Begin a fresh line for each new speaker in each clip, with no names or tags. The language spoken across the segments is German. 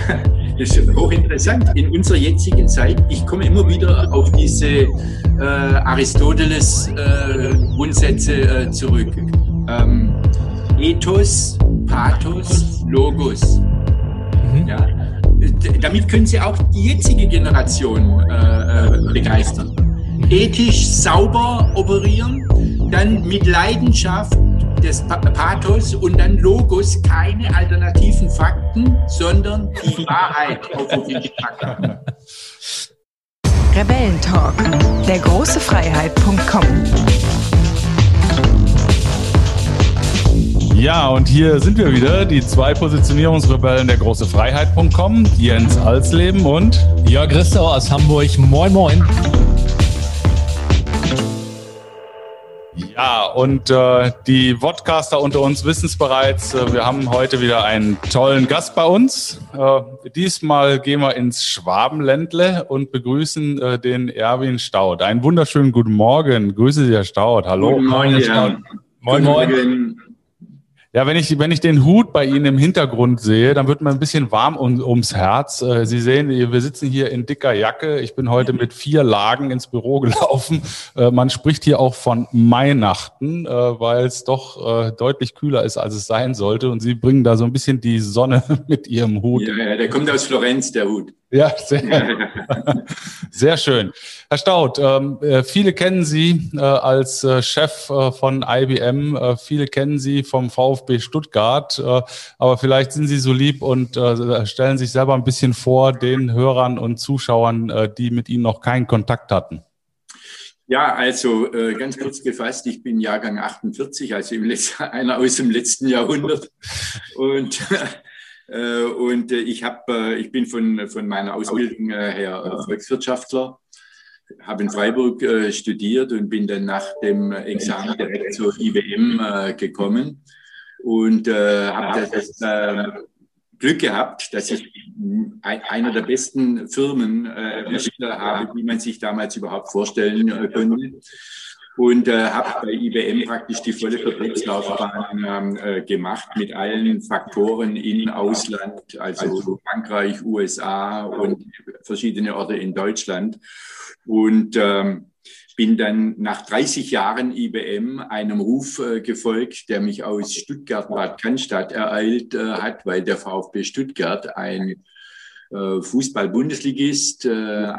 das ist hochinteressant. In unserer jetzigen Zeit, ich komme immer wieder auf diese Aristoteles-Grundsätze zurück. Ethos, Pathos, Logos. Ja? Damit können Sie auch die jetzige Generation begeistern. Ethisch sauber operieren, dann mit Leidenschaft des Pathos und dann Logos, keine alternativen Fakten, sondern die Wahrheit auf den Tisch packen.
Rebellentalk, der große Freiheit.com.
Ja, und hier sind wir wieder, die zwei Positionierungsrebellen der große Freiheit.com, Jens Alsleben und
Jörg Rissau aus Hamburg. Moin, moin.
Ja, und die Podcaster unter uns wissen es bereits, wir haben heute wieder einen tollen Gast bei uns. Diesmal gehen wir ins Schwabenländle und begrüßen den Erwin Staudt. Einen wunderschönen guten Morgen. Grüße Sie, Herr Staudt. Hallo.
Guten Morgen, Herr Staudt.
Moin, moin.
Ja, wenn ich den Hut bei Ihnen im Hintergrund sehe, dann wird mir ein bisschen warm ums Herz. Sie sehen, wir sitzen hier in dicker Jacke. Ich bin heute mit 4 Lagen ins Büro gelaufen. Man spricht hier auch von Mainachten, weil es doch deutlich kühler ist, als es sein sollte. Und Sie bringen da so ein bisschen die Sonne mit Ihrem Hut.
Ja, der kommt aus Florenz, der Hut.
Ja, sehr schön. Herr Staudt, viele kennen Sie als Chef von IBM, viele kennen Sie vom VfB Stuttgart, aber vielleicht sind Sie so lieb und stellen sich selber ein bisschen vor den Hörern und Zuschauern, die mit Ihnen noch keinen Kontakt hatten.
Ja, also ganz kurz gefasst, ich bin Jahrgang 48, also einer aus dem letzten Jahrhundert und ich bin von meiner Ausbildung her Volkswirtschaftler, habe in Freiburg studiert und bin dann nach dem Examen direkt zur IBM gekommen und habe das Glück gehabt, dass ich einer der besten Firmen erwischt habe, die man sich damals überhaupt vorstellen konnte. Und habe bei IBM praktisch die volle Vertriebslaufbahn gemacht mit allen Faktoren in Ausland, also Frankreich, USA und verschiedene Orte in Deutschland. Und bin dann nach 30 Jahren IBM einem Ruf gefolgt, der mich aus Stuttgart-Bad Cannstatt ereilt hat, weil der VfB Stuttgart ein Fußball-Bundesligist,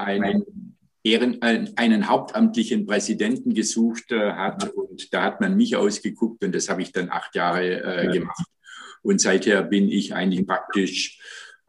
einen hauptamtlichen Präsidenten gesucht hat und da hat man mich ausgeguckt und das habe ich dann 8 Jahre gemacht. Und seither bin ich eigentlich praktisch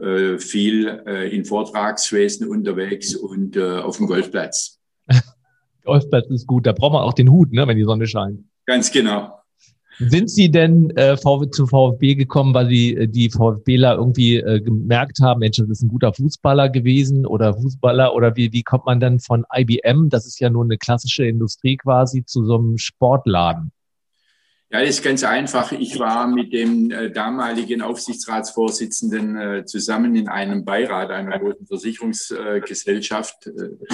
viel in Vortragswesen unterwegs und auf dem Golfplatz.
Golfplatz ist gut, da braucht man auch den Hut, ne, wenn die Sonne scheint.
Ganz genau.
Sind Sie denn zu VfB gekommen, weil Sie die VfBler irgendwie gemerkt haben, Mensch, das ist ein guter Fußballer gewesen oder Fußballer oder wie kommt man dann von IBM, das ist ja nur eine klassische Industrie quasi, zu so einem Sportladen?
Ja, das ist ganz einfach. Ich war mit dem damaligen Aufsichtsratsvorsitzenden zusammen in einem Beirat einer großen Versicherungsgesellschaft.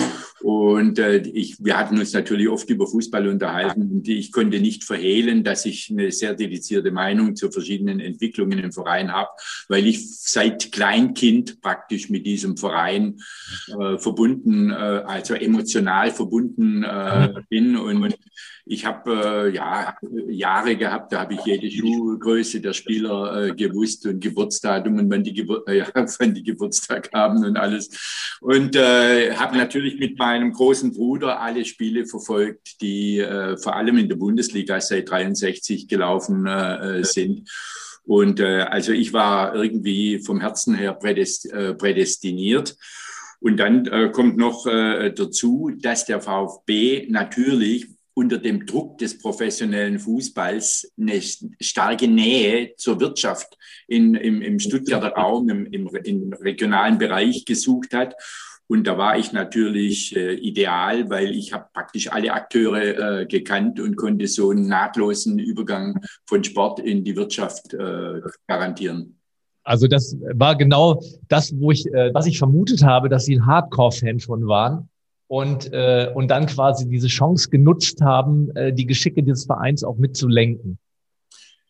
Und wir hatten uns natürlich oft über Fußball unterhalten. Und ich konnte nicht verhehlen, dass ich eine sehr dedizierte Meinung zu verschiedenen Entwicklungen im Verein habe, weil ich seit Kleinkind praktisch mit diesem Verein verbunden, also emotional verbunden bin. Und ich habe Jahre gehabt, da habe ich jede Schuhgröße der Spieler gewusst und Geburtsdatum und wann die Geburtstag haben und alles. Und habe natürlich mit meinem großen Bruder alle Spiele verfolgt, die vor allem in der Bundesliga seit 63 gelaufen sind. Und also ich war irgendwie vom Herzen her prädestiniert. Und dann kommt noch dazu, dass der VfB natürlich unter dem Druck des professionellen Fußballs eine starke Nähe zur Wirtschaft im Stuttgarter Raum, im regionalen Bereich gesucht hat. Und da war ich natürlich ideal, weil ich habe praktisch alle Akteure gekannt und konnte so einen nahtlosen Übergang von Sport in die Wirtschaft garantieren.
Also das war genau das, was ich vermutet habe, dass Sie ein Hardcore-Fan von waren. Und dann quasi diese Chance genutzt haben, die Geschicke des Vereins auch mitzulenken.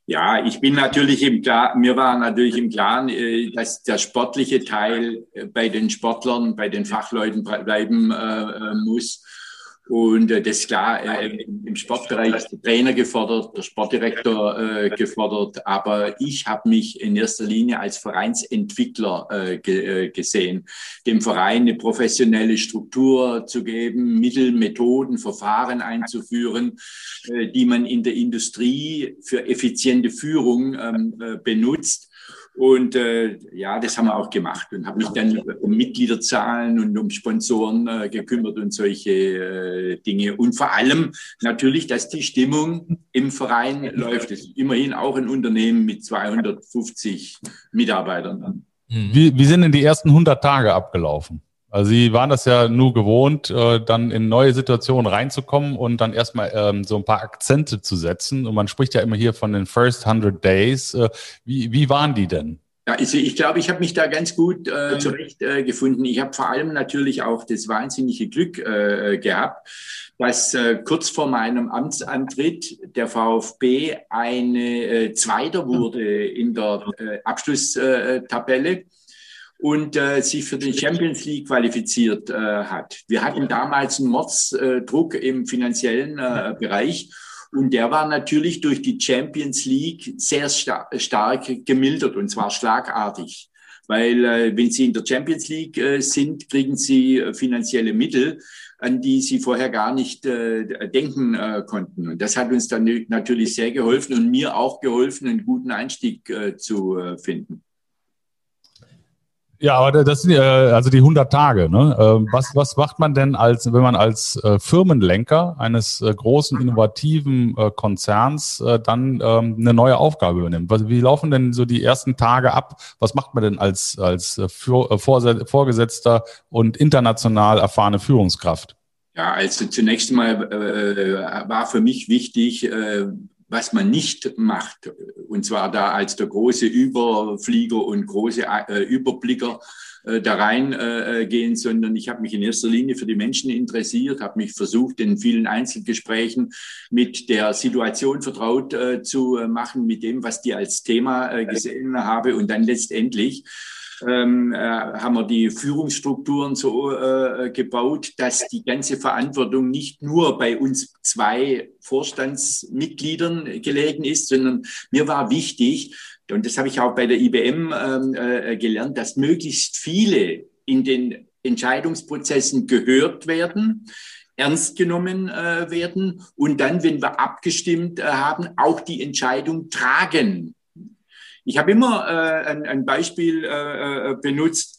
Ja, ich bin natürlich mir war natürlich im Klaren, dass der sportliche Teil bei den Sportlern, bei den Fachleuten bleiben muss. Und das ist klar, im Sportbereich ist der Trainer gefordert, der Sportdirektor gefordert, aber ich habe mich in erster Linie als Vereinsentwickler gesehen, dem Verein eine professionelle Struktur zu geben, Mittel, Methoden, Verfahren einzuführen, die man in der Industrie für effiziente Führung benutzt. Und ja, das haben wir auch gemacht und habe mich dann um Mitgliederzahlen und um Sponsoren gekümmert und solche Dinge. Und vor allem natürlich, dass die Stimmung im Verein läuft. Es ist immerhin auch ein Unternehmen mit 250 Mitarbeitern.
Wie sind denn die ersten 100 Tage abgelaufen? Also Sie waren das ja nur gewohnt, dann in neue Situationen reinzukommen und dann erstmal so ein paar Akzente zu setzen. Und man spricht ja immer hier von den First 100 Days. Wie waren die denn?
Ja, also ich glaube, ich habe mich da ganz gut zurechtgefunden. Ich habe vor allem natürlich auch das wahnsinnige Glück gehabt, dass kurz vor meinem Amtsantritt der VfB eine Zweiter wurde in der Abschlusstabelle und sich für den Champions League qualifiziert hat. Wir hatten damals einen Mordsdruck im finanziellen Bereich und der war natürlich durch die Champions League sehr stark gemildert und zwar schlagartig. Weil wenn Sie in der Champions League sind, kriegen Sie finanzielle Mittel, an die Sie vorher gar nicht denken konnten. Und das hat uns dann natürlich sehr geholfen und mir auch geholfen, einen guten Einstieg zu finden.
Ja, aber das sind also die 100 Tage. Ne? Was macht man denn, wenn man als Firmenlenker eines großen, innovativen Konzerns dann eine neue Aufgabe übernimmt? Wie laufen denn so die ersten Tage ab? Was macht man denn als Vorgesetzter und international erfahrene Führungskraft?
Ja, also zunächst mal war für mich wichtig, was man nicht macht, und zwar da als der große Überflieger und große Überblicker da reingehen, sondern ich habe mich in erster Linie für die Menschen interessiert, habe mich versucht, in vielen Einzelgesprächen mit der Situation vertraut zu machen, mit dem, was die als Thema gesehen habe und dann letztendlich haben wir die Führungsstrukturen so gebaut, dass die ganze Verantwortung nicht nur bei uns zwei Vorstandsmitgliedern gelegen ist, sondern mir war wichtig, und das habe ich auch bei der IBM gelernt, dass möglichst viele in den Entscheidungsprozessen gehört werden, ernst genommen werden und dann, wenn wir abgestimmt haben, auch die Entscheidung tragen. Ich habe immer ein Beispiel benutzt,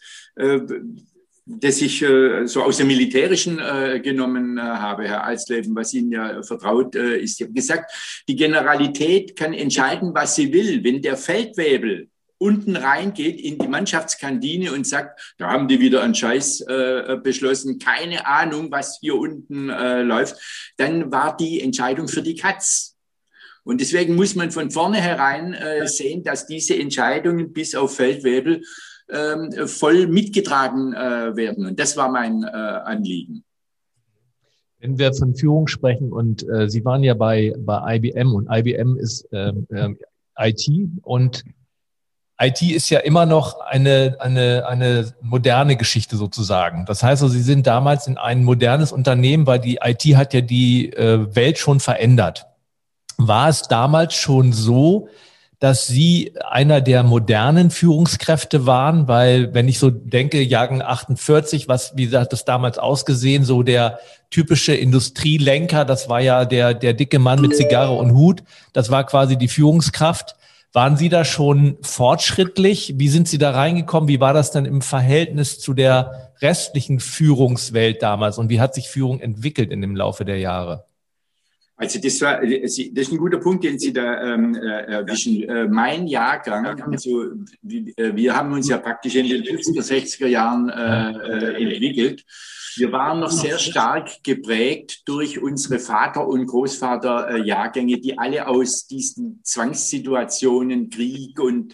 das ich so aus dem Militärischen genommen habe, Herr Alsleben, was Ihnen ja vertraut ist. Ich habe gesagt, die Generalität kann entscheiden, was sie will. Wenn der Feldwebel unten reingeht in die Mannschaftskantine und sagt, da haben die wieder einen Scheiß beschlossen, keine Ahnung, was hier unten läuft, dann war die Entscheidung für die Katz. Und deswegen muss man von vornherein sehen, dass diese Entscheidungen bis auf Feldwebel voll mitgetragen werden. Und das war mein Anliegen.
Wenn wir von Führung sprechen und Sie waren ja bei IBM und IBM ist IT und IT ist ja immer noch eine moderne Geschichte sozusagen. Das heißt, also, Sie sind damals in ein modernes Unternehmen, weil die IT hat ja die Welt schon verändert. War es damals schon so, dass Sie einer der modernen Führungskräfte waren? Weil, wenn ich so denke, Jahrgang 48, wie hat das damals ausgesehen? So der typische Industrielenker, das war ja der dicke Mann mit Zigarre und Hut. Das war quasi die Führungskraft. Waren Sie da schon fortschrittlich? Wie sind Sie da reingekommen? Wie war das dann im Verhältnis zu der restlichen Führungswelt damals? Und wie hat sich Führung entwickelt in dem Laufe der Jahre?
Also das ist ein guter Punkt, den Sie da erwischen. Mein Jahrgang, also wir haben uns ja praktisch in den 50er, 60er Jahren entwickelt. Wir waren noch sehr stark geprägt durch unsere Vater- und Großvaterjahrgänge, die alle aus diesen Zwangssituationen, Krieg und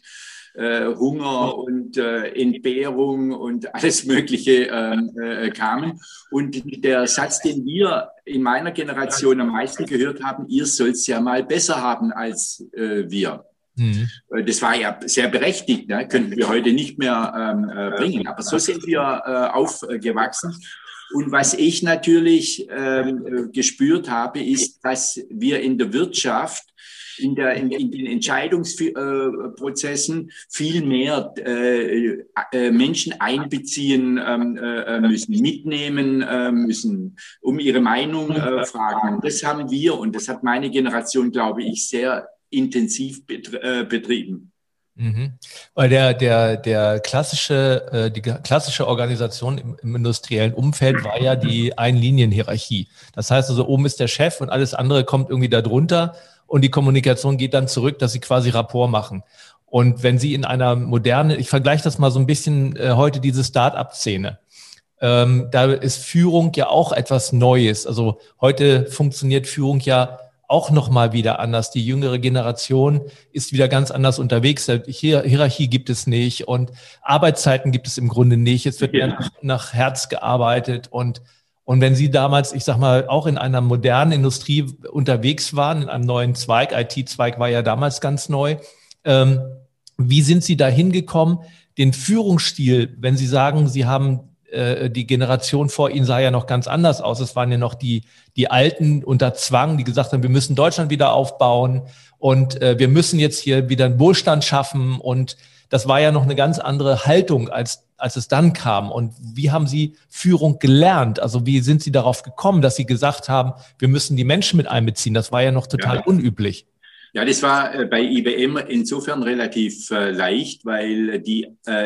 Hunger und Entbehrung und alles Mögliche kamen. Und der Satz, den wir in meiner Generation am meisten gehört haben, ihr sollt es ja mal besser haben als wir. Das war ja sehr berechtigt, ne? Könnten wir heute nicht mehr bringen. Aber so sind wir aufgewachsen. Und was ich natürlich gespürt habe, ist, dass wir in der Wirtschaft, in den Entscheidungsprozessen viel mehr Menschen einbeziehen müssen, mitnehmen müssen, um ihre Meinung fragen. Und das haben wir, und das hat meine Generation, glaube ich, sehr intensiv betrieben.
Mhm. Weil die klassische Organisation im industriellen Umfeld war ja die Einlinienhierarchie. Das heißt also, oben ist der Chef und alles andere kommt irgendwie da drunter und die Kommunikation geht dann zurück, dass sie quasi Rapport machen. Und wenn Sie in einer modernen, ich vergleiche das mal so ein bisschen heute diese Start-up-Szene, da ist Führung ja auch etwas Neues. Also heute funktioniert Führung ja auch nochmal wieder anders. Die jüngere Generation ist wieder ganz anders unterwegs. Hierarchie gibt es nicht und Arbeitszeiten gibt es im Grunde nicht. Es wird mehr nach Herz gearbeitet und wenn Sie damals, ich sag mal, auch in einer modernen Industrie unterwegs waren, in einem neuen Zweig, IT-Zweig war ja damals ganz neu, wie sind Sie da hingekommen, den Führungsstil, wenn Sie sagen, Sie haben die Generation vor Ihnen sah ja noch ganz anders aus. Es waren ja noch die Alten unter Zwang, die gesagt haben, wir müssen Deutschland wieder aufbauen und wir müssen jetzt hier wieder einen Wohlstand schaffen. Und das war ja noch eine ganz andere Haltung, als es dann kam. Und wie haben Sie Führung gelernt? Also wie sind Sie darauf gekommen, dass Sie gesagt haben, wir müssen die Menschen mit einbeziehen? Das war ja noch total unüblich.
Ja, das war bei IBM insofern relativ leicht, weil die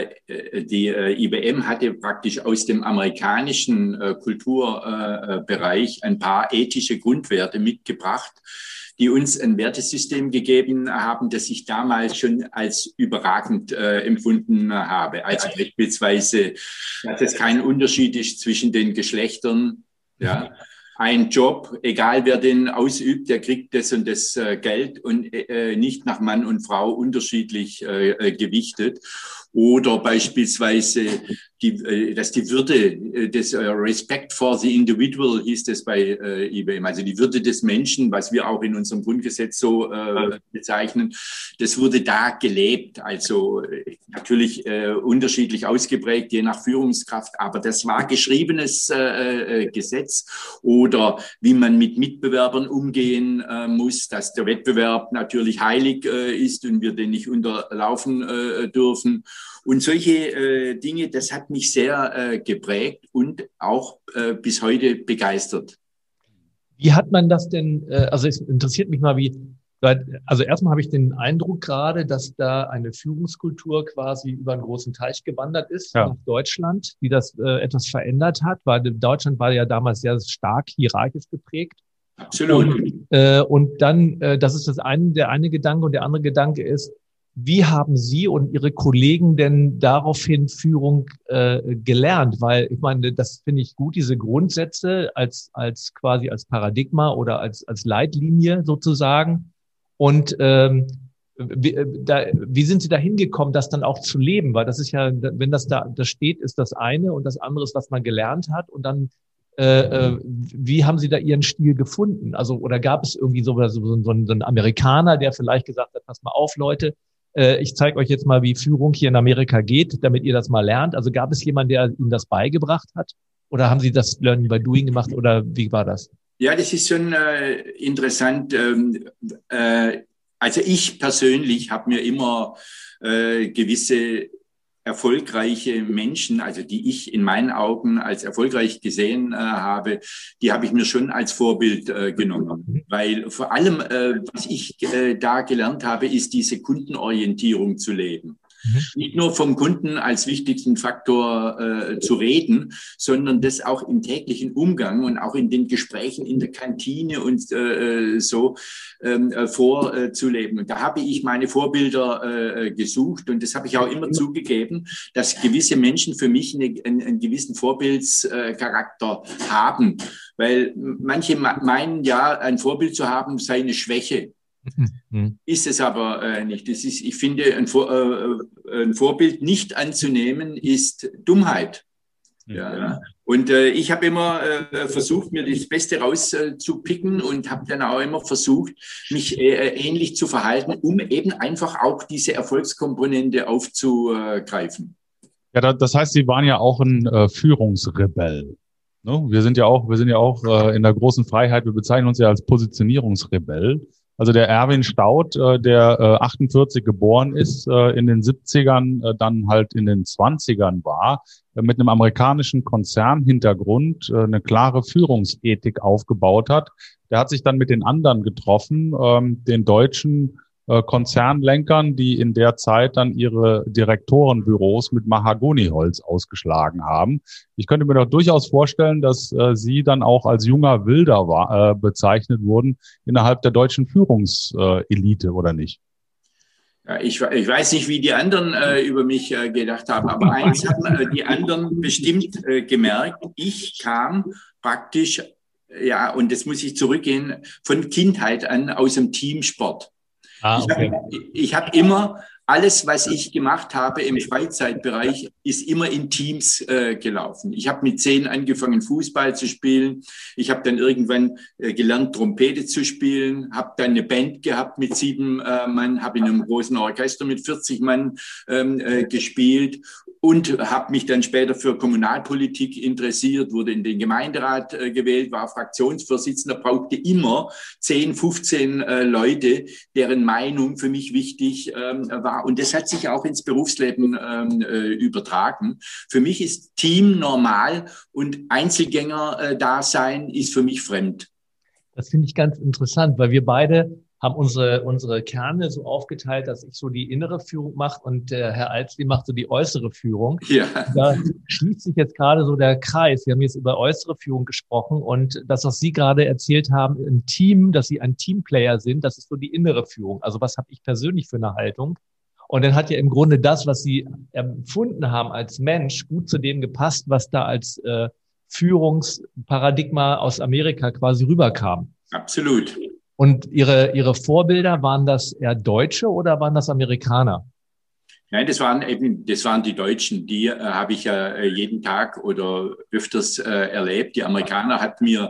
IBM hatte praktisch aus dem amerikanischen Kulturbereich ein paar ethische Grundwerte mitgebracht, die uns ein Wertesystem gegeben haben, das ich damals schon als überragend empfunden habe. Also beispielsweise, dass es kein Unterschied ist zwischen den Geschlechtern, ja. Ein Job, egal wer den ausübt, der kriegt das und das Geld und nicht nach Mann und Frau unterschiedlich gewichtet. Oder beispielsweise, dass die Würde, das Respect for the Individual hieß das bei IBM, also die Würde des Menschen, was wir auch in unserem Grundgesetz so bezeichnen, das wurde da gelebt. Also natürlich unterschiedlich ausgeprägt, je nach Führungskraft, aber das war geschriebenes Gesetz. Oder wie man mit Mitbewerbern umgehen muss, dass der Wettbewerb natürlich heilig ist und wir den nicht unterlaufen dürfen. Und solche Dinge, das hat mich sehr geprägt und auch bis heute begeistert.
Wie hat man das denn, also es interessiert mich mal, also erstmal habe ich den Eindruck gerade, dass da eine Führungskultur quasi über einen großen Teich gewandert ist nach Deutschland, die das etwas verändert hat, weil Deutschland war ja damals sehr stark hierarchisch geprägt.
Absolut.
Und dann, das ist der eine Gedanke und der andere Gedanke ist, wie haben Sie und Ihre Kollegen denn daraufhin Führung gelernt? Weil ich meine, das finde ich gut, diese Grundsätze als quasi als Paradigma oder als Leitlinie sozusagen. Und wie sind Sie da hingekommen, das dann auch zu leben? Weil das ist ja, wenn das da steht, ist das eine und das andere ist, was man gelernt hat. Und dann, wie haben Sie da Ihren Stil gefunden? Also, oder gab es irgendwie so einen Amerikaner, der vielleicht gesagt hat, pass mal auf, Leute, ich zeige euch jetzt mal, wie Führung hier in Amerika geht, damit ihr das mal lernt. Also gab es jemanden, der Ihnen das beigebracht hat? Oder haben Sie das Learning by Doing gemacht? Oder wie war das?
Ja, das ist schon interessant. Also ich persönlich habe mir immer gewisse erfolgreiche Menschen, also die ich in meinen Augen als erfolgreich gesehen habe, die habe ich mir schon als Vorbild genommen. Weil vor allem, was ich da gelernt habe, ist diese Kundenorientierung zu leben. Nicht nur vom Kunden als wichtigsten Faktor zu reden, sondern das auch im täglichen Umgang und auch in den Gesprächen in der Kantine und so vorzuleben. Und da habe ich meine Vorbilder gesucht und das habe ich auch immer zugegeben, dass gewisse Menschen für mich einen gewissen Vorbildscharakter haben. Weil manche meinen ja, ein Vorbild zu haben sei eine Schwäche. Ist es aber nicht. Ich finde, ein Vorbild nicht anzunehmen ist Dummheit. Ja. Und ich habe immer versucht, mir das Beste rauszupicken und habe dann auch immer versucht, mich ähnlich zu verhalten, um eben einfach auch diese Erfolgskomponente aufzugreifen.
Ja, das heißt, Sie waren ja auch ein Führungsrebell. Ne? Wir sind ja auch in der großen Freiheit, wir bezeichnen uns ja als Positionierungsrebell. Also der Erwin Staudt, der 48 geboren ist, in den 70ern, dann halt in den 20ern war, mit einem amerikanischen Konzernhintergrund eine klare Führungsethik aufgebaut hat. Der hat sich dann mit den anderen getroffen, den deutschen Konzernlenkern, die in der Zeit dann ihre Direktorenbüros mit Mahagoniholz ausgeschlagen haben. Ich könnte mir doch durchaus vorstellen, dass Sie dann auch als junger Wilder bezeichnet wurden innerhalb der deutschen Führungselite, oder nicht?
Ja, ich weiß nicht, wie die anderen über mich gedacht haben, aber eins haben die anderen bestimmt gemerkt. Ich kam praktisch, ja, und das muss ich zurückgehen, von Kindheit an aus dem Teamsport. Okay. Ich hab immer, alles, was ich gemacht habe im Freizeitbereich, ist immer in Teams gelaufen. Ich habe mit 10 angefangen, Fußball zu spielen. Ich habe dann irgendwann gelernt, Trompete zu spielen, habe dann eine Band gehabt mit 7 Mann, habe in einem großen Orchester mit 40 Mann gespielt und habe mich dann später für Kommunalpolitik interessiert, wurde in den Gemeinderat gewählt, war Fraktionsvorsitzender, brauchte immer 10, 15 Leute, deren Meinung für mich wichtig war. Und das hat sich auch ins Berufsleben übertragen. Für mich ist Team normal und Einzelgänger-Dasein ist für mich fremd.
Das finde ich ganz interessant, weil wir beide haben unsere Kerne so aufgeteilt, dass ich so die innere Führung mache und Herr Alsli macht so die äußere Führung. Ja. Da schließt sich jetzt gerade so der Kreis. Wir haben jetzt über äußere Führung gesprochen und das, was Sie gerade erzählt haben im Team, dass Sie ein Teamplayer sind, das ist so die innere Führung. Also was habe ich persönlich für eine Haltung? Und dann hat ja im Grunde das, was Sie empfunden haben als Mensch, gut zu dem gepasst, was da als Führungsparadigma aus Amerika quasi rüberkam.
Absolut.
Und Ihre Vorbilder, waren das eher Deutsche oder waren das Amerikaner?
Nein, das waren die Deutschen. Die habe ich ja jeden Tag oder öfters erlebt. Die Amerikaner hat mir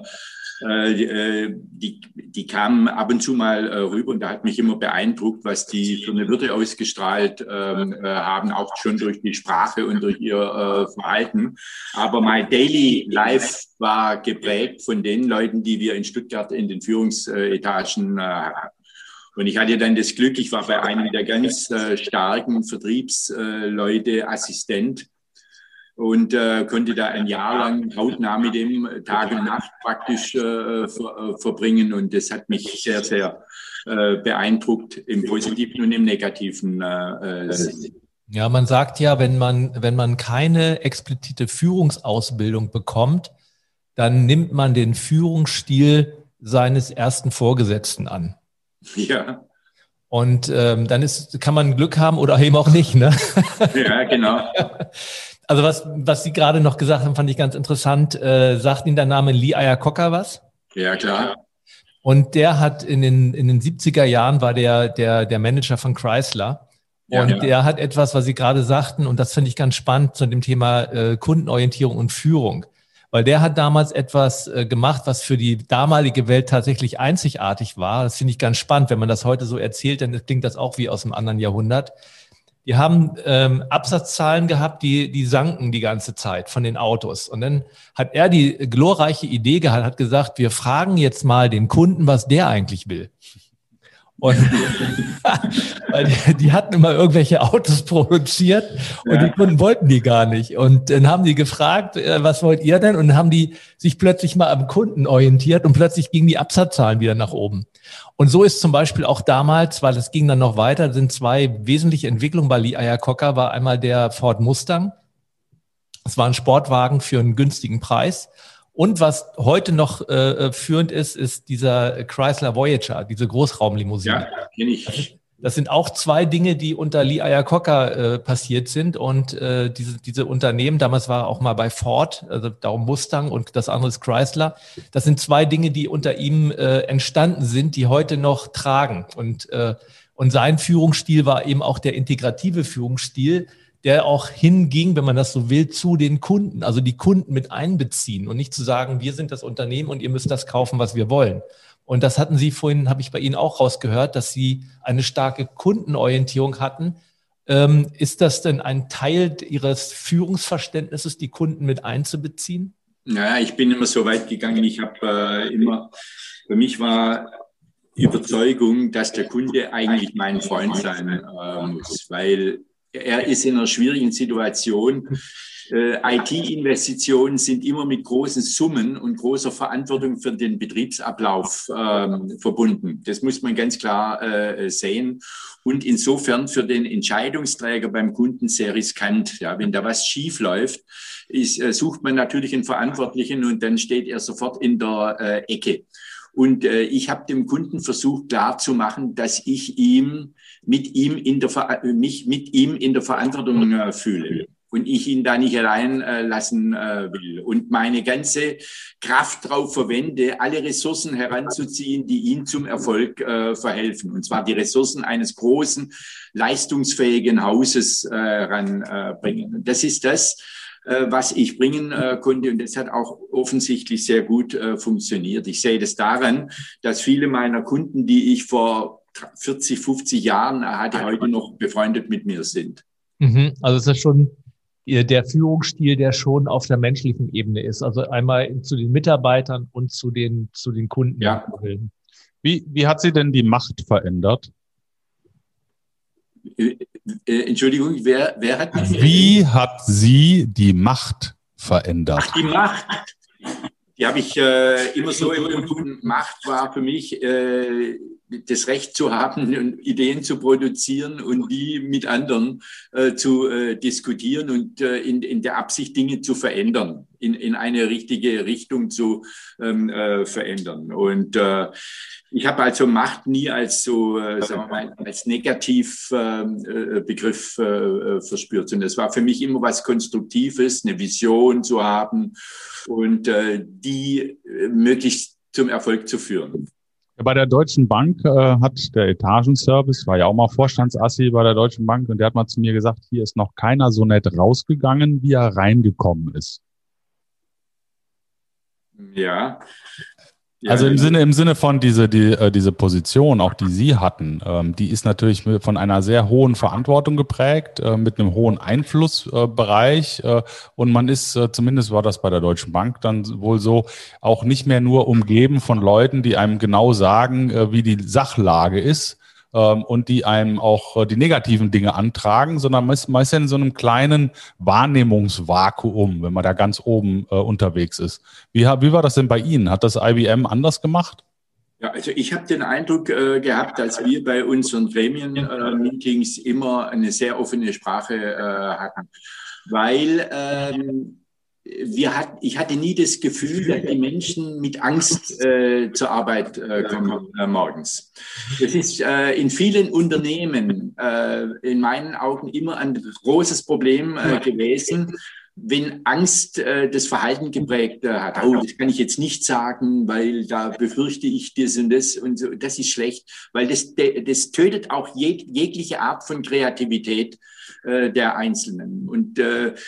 die kamen ab und zu mal rüber und da hat mich immer beeindruckt, was die für eine Würde ausgestrahlt haben, auch schon durch die Sprache und durch ihr Verhalten. Aber mein Daily Life war geprägt von den Leuten, die wir in Stuttgart in den Führungsetagen hatten. Und ich hatte dann das Glück, ich war bei einem der ganz starken Vertriebsleute Assistent und konnte da ein Jahr lang hautnah mit dem Tag und Nacht praktisch verbringen. Und das hat mich sehr, sehr beeindruckt im positiven und im negativen Sinne.
Ja, man sagt ja, wenn man keine explizite Führungsausbildung bekommt, dann nimmt man den Führungsstil seines ersten Vorgesetzten an.
Ja.
Und dann kann man Glück haben oder eben auch nicht, ne?
Ja, genau.
Also was Sie gerade noch gesagt haben, fand ich ganz interessant. Sagt Ihnen der Name Lee Iacocca was?
Ja, klar.
Und der hat in den 70er Jahren war der Manager von Chrysler. Und ja, der hat etwas, was Sie gerade sagten, und das finde ich ganz spannend zu dem Thema Kundenorientierung und Führung. Weil der hat damals etwas gemacht, was für die damalige Welt tatsächlich einzigartig war. Das finde ich ganz spannend. Wenn man das heute so erzählt, dann klingt das auch wie aus einem anderen Jahrhundert. Die haben Absatzzahlen gehabt, die sanken die ganze Zeit von den Autos. Und dann hat er die glorreiche Idee gehabt, hat gesagt, wir fragen jetzt mal den Kunden, was der eigentlich will. Und weil die hatten immer irgendwelche Autos produziert und die Kunden wollten die gar nicht. Und dann haben die gefragt, was wollt ihr denn? Und dann haben die sich plötzlich mal am Kunden orientiert und plötzlich gingen die Absatzzahlen wieder nach oben. Und so ist zum Beispiel auch damals, weil es ging dann noch weiter, sind 2 wesentliche Entwicklungen bei Lee Iacocca, war einmal der Ford Mustang. Es war ein Sportwagen für einen günstigen Preis. Und was heute noch führend ist dieser Chrysler Voyager, diese Großraumlimousine.
Ja, kenne ich.
Das sind auch zwei Dinge, die unter Lee Iacocca passiert sind. Und diese Unternehmen, damals war er auch mal bei Ford, also darum Mustang und das andere ist Chrysler. Das sind zwei Dinge, die unter ihm entstanden sind, die heute noch tragen. Und sein Führungsstil war eben auch der integrative Führungsstil, der auch hinging, wenn man das so will, zu den Kunden, also die Kunden mit einbeziehen und nicht zu sagen, wir sind das Unternehmen und ihr müsst das kaufen, was wir wollen. Und das hatten Sie vorhin, habe ich bei Ihnen auch rausgehört, dass Sie eine starke Kundenorientierung hatten. Ist das denn ein Teil Ihres Führungsverständnisses, die Kunden mit einzubeziehen?
Naja, ich bin immer so weit gegangen. Ich habe für mich war Überzeugung, dass der Kunde eigentlich mein Freund sein muss, weil er ist in einer schwierigen Situation. IT-Investitionen sind immer mit großen Summen und großer Verantwortung für den Betriebsablauf verbunden. Das muss man ganz klar sehen. Und insofern für den Entscheidungsträger beim Kunden sehr riskant. Ja, wenn da was schief läuft, sucht man natürlich einen Verantwortlichen und dann steht er sofort in der Ecke. Und ich habe dem Kunden versucht klarzumachen, dass ich mich mit ihm in der Verantwortung fühle und ich ihn da nicht allein lassen will und meine ganze Kraft darauf verwende, alle Ressourcen heranzuziehen, die ihm zum Erfolg verhelfen. Und zwar die Ressourcen eines großen, leistungsfähigen Hauses ranbringen. Und das ist das, was ich bringen konnte. Und das hat auch offensichtlich sehr gut funktioniert. Ich sehe das daran, dass viele meiner Kunden, die ich vor 40, 50 Jahren hatte, heute noch befreundet mit mir sind.
Also ist das schon der Führungsstil, der schon auf der menschlichen Ebene ist. Also einmal zu den Mitarbeitern und zu den Kunden.
Ja.
Wie hat sie denn die Macht verändert?
Entschuldigung, wer hat mich?
Wie hat sie die Macht verändert?
Ach, die Macht. Die habe ich immer so empfunden. Macht war für mich das Recht zu haben, Ideen zu produzieren und die mit anderen zu diskutieren und in der Absicht, Dinge zu verändern, in eine richtige Richtung zu verändern. Und ich habe also Macht nie als so, sagen wir mal, als Negativbegriff verspürt. Und das war für mich immer was Konstruktives, eine Vision zu haben und die möglichst zum Erfolg zu führen.
Bei der Deutschen Bank hat der Etagenservice, war ja auch mal Vorstandsassi bei der Deutschen Bank, und der hat mal zu mir gesagt, hier ist noch keiner so nett rausgegangen, wie er reingekommen ist.
Ja.
Also im Sinne von diese Position, auch die Sie hatten, die ist natürlich von einer sehr hohen Verantwortung geprägt, mit einem hohen Einflussbereich, und man ist, zumindest war das bei der Deutschen Bank dann wohl so, auch nicht mehr nur umgeben von Leuten, die einem genau sagen, wie die Sachlage ist, und die einem auch die negativen Dinge antragen, sondern man ist ja in so einem kleinen Wahrnehmungsvakuum, wenn man da ganz oben unterwegs ist. Wie war das denn bei Ihnen? Hat das IBM anders gemacht?
Ja, also ich habe den Eindruck gehabt, dass wir bei unseren Gremien-Meetings immer eine sehr offene Sprache hatten, weil ich hatte nie das Gefühl, dass die Menschen mit Angst zur Arbeit kommen morgens. Das ist in vielen Unternehmen in meinen Augen immer ein großes Problem gewesen, wenn Angst das Verhalten geprägt hat. Oh, das kann ich jetzt nicht sagen, weil da befürchte ich das und das. Und so. Das ist schlecht, weil das tötet auch jegliche Art von Kreativität der Einzelnen. Und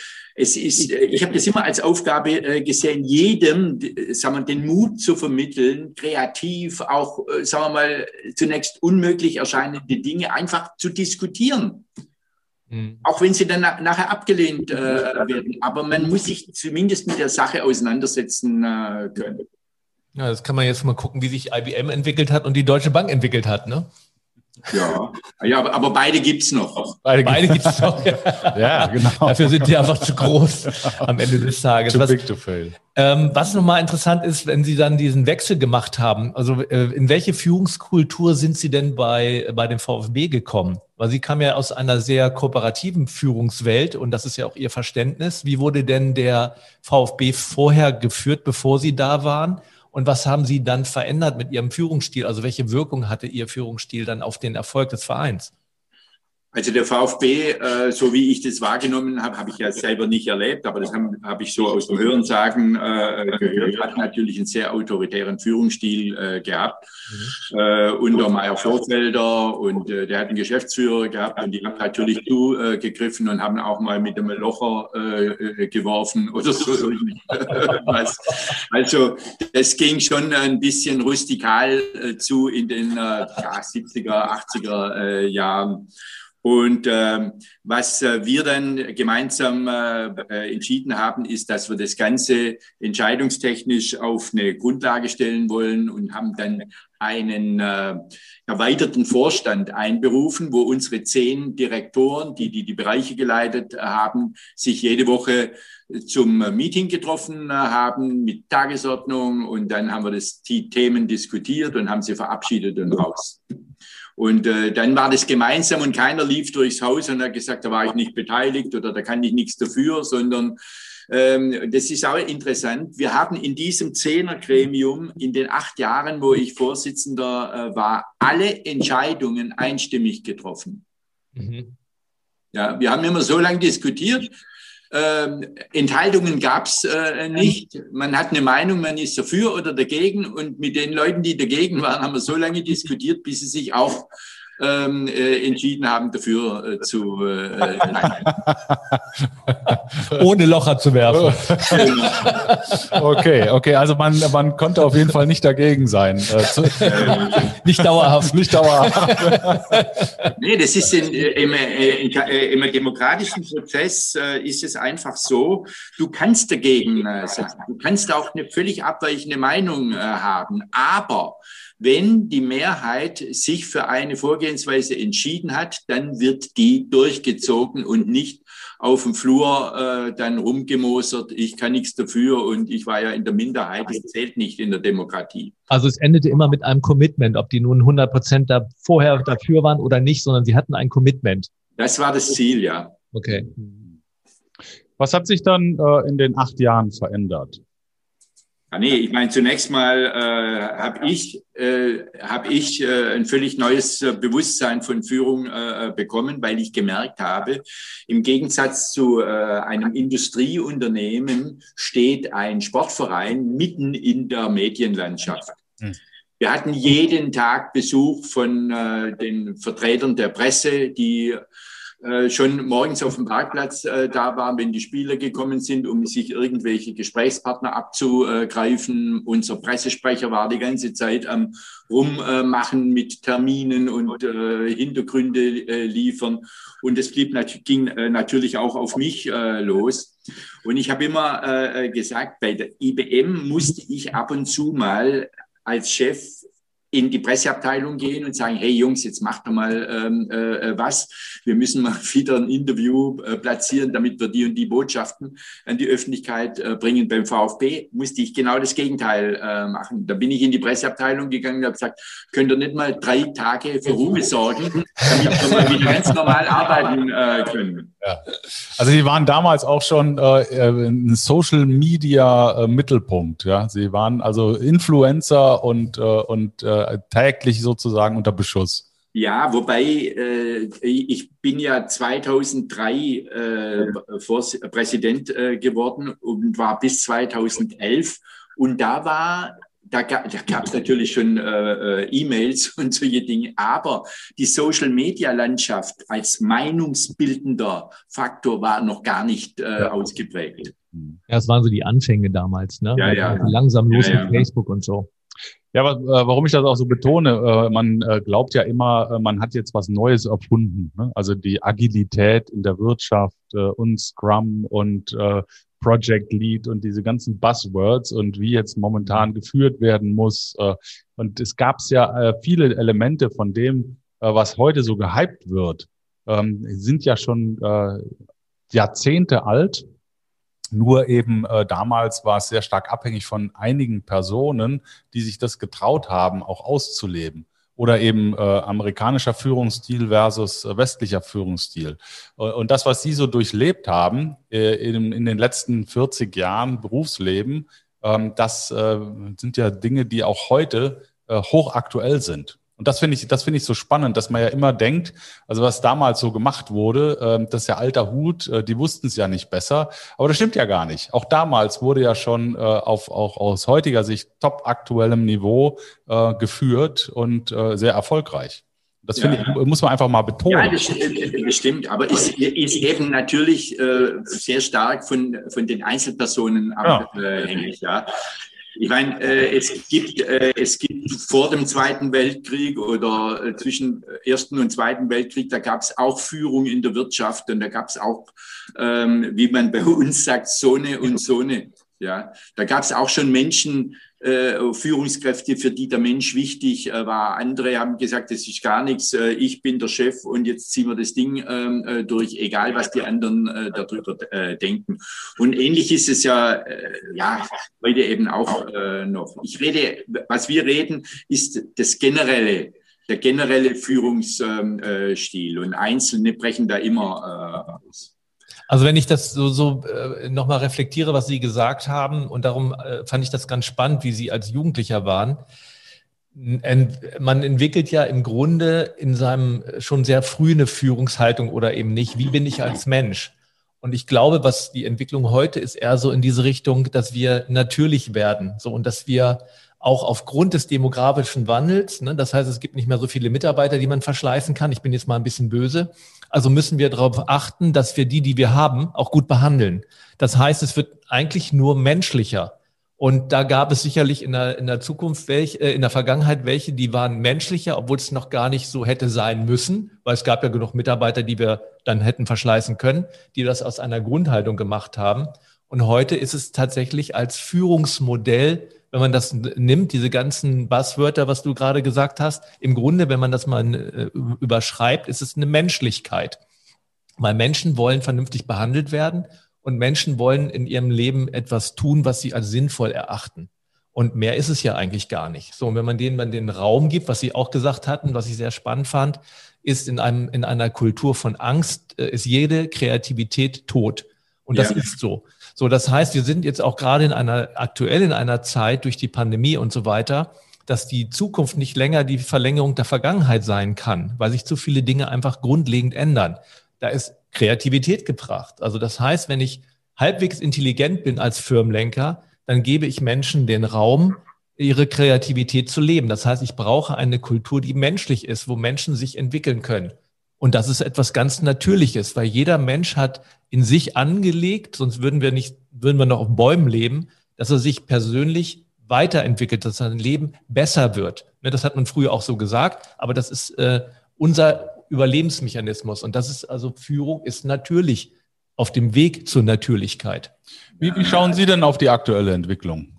ich habe das immer als Aufgabe gesehen, jedem, sagen wir, den Mut zu vermitteln, kreativ auch, sagen wir mal, zunächst unmöglich erscheinende Dinge einfach zu diskutieren. Auch wenn sie dann nachher abgelehnt werden. Aber man muss sich zumindest mit der Sache auseinandersetzen können.
Ja, das kann man jetzt mal gucken, wie sich IBM entwickelt hat und die Deutsche Bank entwickelt hat, ne?
Ja, aber beide gibt's noch.
Beide gibt's noch.
Ja, genau.
Dafür sind die einfach zu groß am Ende des Tages.
Too big to fail.
Was nochmal interessant ist, wenn Sie dann diesen Wechsel gemacht haben, also in welche Führungskultur sind Sie denn bei dem VfB gekommen? Weil Sie kamen ja aus einer sehr kooperativen Führungswelt und das ist ja auch Ihr Verständnis. Wie wurde denn der VfB vorher geführt, bevor Sie da waren? Und was haben Sie dann verändert mit Ihrem Führungsstil? Also welche Wirkung hatte Ihr Führungsstil dann auf den Erfolg des Vereins?
Also der VfB, so wie ich das wahrgenommen habe, habe ich ja selber nicht erlebt, aber das habe ich so aus dem Hörensagen gehört, hat natürlich einen sehr autoritären Führungsstil gehabt, unter Meyer Vorfelder, und der hat einen Geschäftsführer gehabt und die haben natürlich zugegriffen und haben auch mal mit einem Locher geworfen oder so. Also das ging schon ein bisschen rustikal zu in den 70er, 80er Jahren. Und was wir dann gemeinsam entschieden haben, ist, dass wir das Ganze entscheidungstechnisch auf eine Grundlage stellen wollen und haben dann einen erweiterten Vorstand einberufen, wo unsere 10 Direktoren, die Bereiche geleitet haben, sich jede Woche zum Meeting getroffen haben mit Tagesordnung, und dann haben wir die Themen diskutiert und haben sie verabschiedet und raus. Und dann war das gemeinsam und keiner lief durchs Haus und hat gesagt, da war ich nicht beteiligt oder da kann ich nichts dafür, sondern das ist auch interessant. Wir haben in diesem 10er-Gremium in den 8 Jahren, wo ich Vorsitzender war, alle Entscheidungen einstimmig getroffen. Mhm. Ja, wir haben immer so lange diskutiert. Enthaltungen gab es nicht. Man hat eine Meinung, man ist dafür oder dagegen. Und mit den Leuten, die dagegen waren, haben wir so lange diskutiert, bis sie sich auch entschieden haben, dafür zu
ohne Locher zu werfen.
Okay, also man konnte auf jeden Fall nicht dagegen sein.
Nicht dauerhaft.
Nicht dauerhaft.
Nee, das ist im demokratischen Prozess ist es einfach so, du kannst dagegen sein. Du kannst auch eine völlig abweichende Meinung haben, aber wenn die Mehrheit sich für eine Vorgehensweise entschieden hat, dann wird die durchgezogen und nicht auf dem Flur dann rumgemosert, ich kann nichts dafür und ich war ja in der Minderheit. Das zählt nicht in der Demokratie.
Also es endete immer mit einem Commitment, ob die nun 100% vorher dafür waren oder nicht, sondern sie hatten ein Commitment.
Das war das Ziel, ja.
Okay.
Was hat sich dann in den 8 Jahren verändert?
Nee, ich meine, zunächst mal habe ich ein völlig neues Bewusstsein von Führung bekommen, weil ich gemerkt habe, im Gegensatz zu einem Industrieunternehmen steht ein Sportverein mitten in der Medienlandschaft. Wir hatten jeden Tag Besuch von den Vertretern der Presse, die schon morgens auf dem Parkplatz da waren, wenn die Spieler gekommen sind, um sich irgendwelche Gesprächspartner abzugreifen. Unser Pressesprecher war die ganze Zeit am Rummachen mit Terminen und Hintergründe liefern. Und es ging natürlich auch auf mich los. Und ich habe immer gesagt, bei der IBM musste ich ab und zu mal als Chef in die Presseabteilung gehen und sagen, hey Jungs, jetzt macht doch mal was. Wir müssen mal wieder ein Interview platzieren, damit wir die und die Botschaften an die Öffentlichkeit bringen. Beim VfB musste ich genau das Gegenteil machen. Da bin ich in die Presseabteilung gegangen und habe gesagt, könnt ihr nicht mal 3 Tage für Ruhe sorgen, damit wir mal wieder ganz normal arbeiten können.
Ja. Also Sie waren damals auch schon ein Social Media Mittelpunkt. Ja? Sie waren also Influencer und täglich sozusagen unter Beschuss.
Ja, wobei ich bin ja 2003 Präsident geworden und war bis 2011 und da gab es natürlich schon E-Mails und solche Dinge, aber die Social-Media-Landschaft als meinungsbildender Faktor war noch gar nicht ausgeprägt.
Ja, das waren so die Anfänge damals, ne?
Ja.
Langsam los mit Facebook und so.
Ja, warum ich das auch so betone, man glaubt ja immer, man hat jetzt was Neues erfunden, ne? Also die Agilität in der Wirtschaft und Scrum und Project Lead und diese ganzen Buzzwords und wie jetzt momentan geführt werden muss. Und es gab ja viele Elemente von dem, was heute so gehypt wird, sind ja schon Jahrzehnte alt. Nur eben damals war es sehr stark abhängig von einigen Personen, die sich das getraut haben, auch auszuleben. Oder eben amerikanischer Führungsstil versus westlicher Führungsstil. Und das, was Sie so durchlebt haben in den letzten 40 Jahren Berufsleben, Das sind ja Dinge, die auch heute hochaktuell sind. Und das finde ich so spannend, dass man ja immer denkt, also was damals so gemacht wurde, das ist ja alter Hut, die wussten es ja nicht besser. Aber das stimmt ja gar nicht. Auch damals wurde ja schon auch aus heutiger Sicht top aktuellem Niveau geführt und sehr erfolgreich. Das finde ich, muss man einfach mal betonen.
Ja, das stimmt. Aber es ist eben natürlich sehr stark von den Einzelpersonen abhängig. Ja. Ich meine, es gibt vor dem Zweiten Weltkrieg oder zwischen Ersten und Zweiten Weltkrieg, da gab es auch Führung in der Wirtschaft und da gab es auch, wie man bei uns sagt, Sonne und Sonne. Ja, da gab es auch schon Menschen, Führungskräfte, für die der Mensch wichtig war. Andere haben gesagt, das ist gar nichts, ich bin der Chef und jetzt ziehen wir das Ding durch, egal was die anderen darüber denken. Und ähnlich ist es ja heute eben auch noch. Was wir reden, ist der generelle Führungsstil und Einzelne brechen da immer aus.
Also wenn ich das so nochmal reflektiere, was Sie gesagt haben, und darum fand ich das ganz spannend, wie Sie als Jugendlicher waren. Man entwickelt ja im Grunde in seinem schon sehr früh eine Führungshaltung oder eben nicht. Wie bin ich als Mensch? Und ich glaube, was die Entwicklung heute ist, eher so in diese Richtung, dass wir natürlich werden, so, und dass wir auch aufgrund des demografischen Wandels, ne, das heißt, es gibt nicht mehr so viele Mitarbeiter, die man verschleißen kann. Ich bin jetzt mal ein bisschen böse. Also müssen wir darauf achten, dass wir die wir haben, auch gut behandeln. Das heißt, es wird eigentlich nur menschlicher. Und da gab es sicherlich in der Zukunft in der Vergangenheit welche, die waren menschlicher, obwohl es noch gar nicht so hätte sein müssen, weil es gab ja genug Mitarbeiter, die wir dann hätten verschleißen können, die das aus einer Grundhaltung gemacht haben. Und heute ist es tatsächlich als Führungsmodell, wenn man das nimmt, diese ganzen Buzzwörter, was du gerade gesagt hast, im Grunde, wenn man das mal überschreibt, ist es eine Menschlichkeit. Weil Menschen wollen vernünftig behandelt werden und Menschen wollen in ihrem Leben etwas tun, was sie als sinnvoll erachten. Und mehr ist es ja eigentlich gar nicht. So, und wenn man denen den Raum gibt, was Sie auch gesagt hatten, was ich sehr spannend fand, ist in einer Kultur von Angst, ist jede Kreativität tot. Und das ist so. So, das heißt, wir sind jetzt auch gerade aktuell in einer Zeit durch die Pandemie und so weiter, dass die Zukunft nicht länger die Verlängerung der Vergangenheit sein kann, weil sich zu viele Dinge einfach grundlegend ändern. Da ist Kreativität gebracht. Also das heißt, wenn ich halbwegs intelligent bin als Firmenlenker, dann gebe ich Menschen den Raum, ihre Kreativität zu leben. Das heißt, ich brauche eine Kultur, die menschlich ist, wo Menschen sich entwickeln können. Und das ist etwas ganz Natürliches, weil jeder Mensch hat in sich angelegt, sonst würden wir noch auf Bäumen leben, dass er sich persönlich weiterentwickelt, dass sein Leben besser wird. Das hat man früher auch so gesagt, aber das ist unser Überlebensmechanismus. Und das ist also, Führung ist natürlich auf dem Weg zur Natürlichkeit.
Wie schauen Sie denn auf die aktuelle Entwicklung?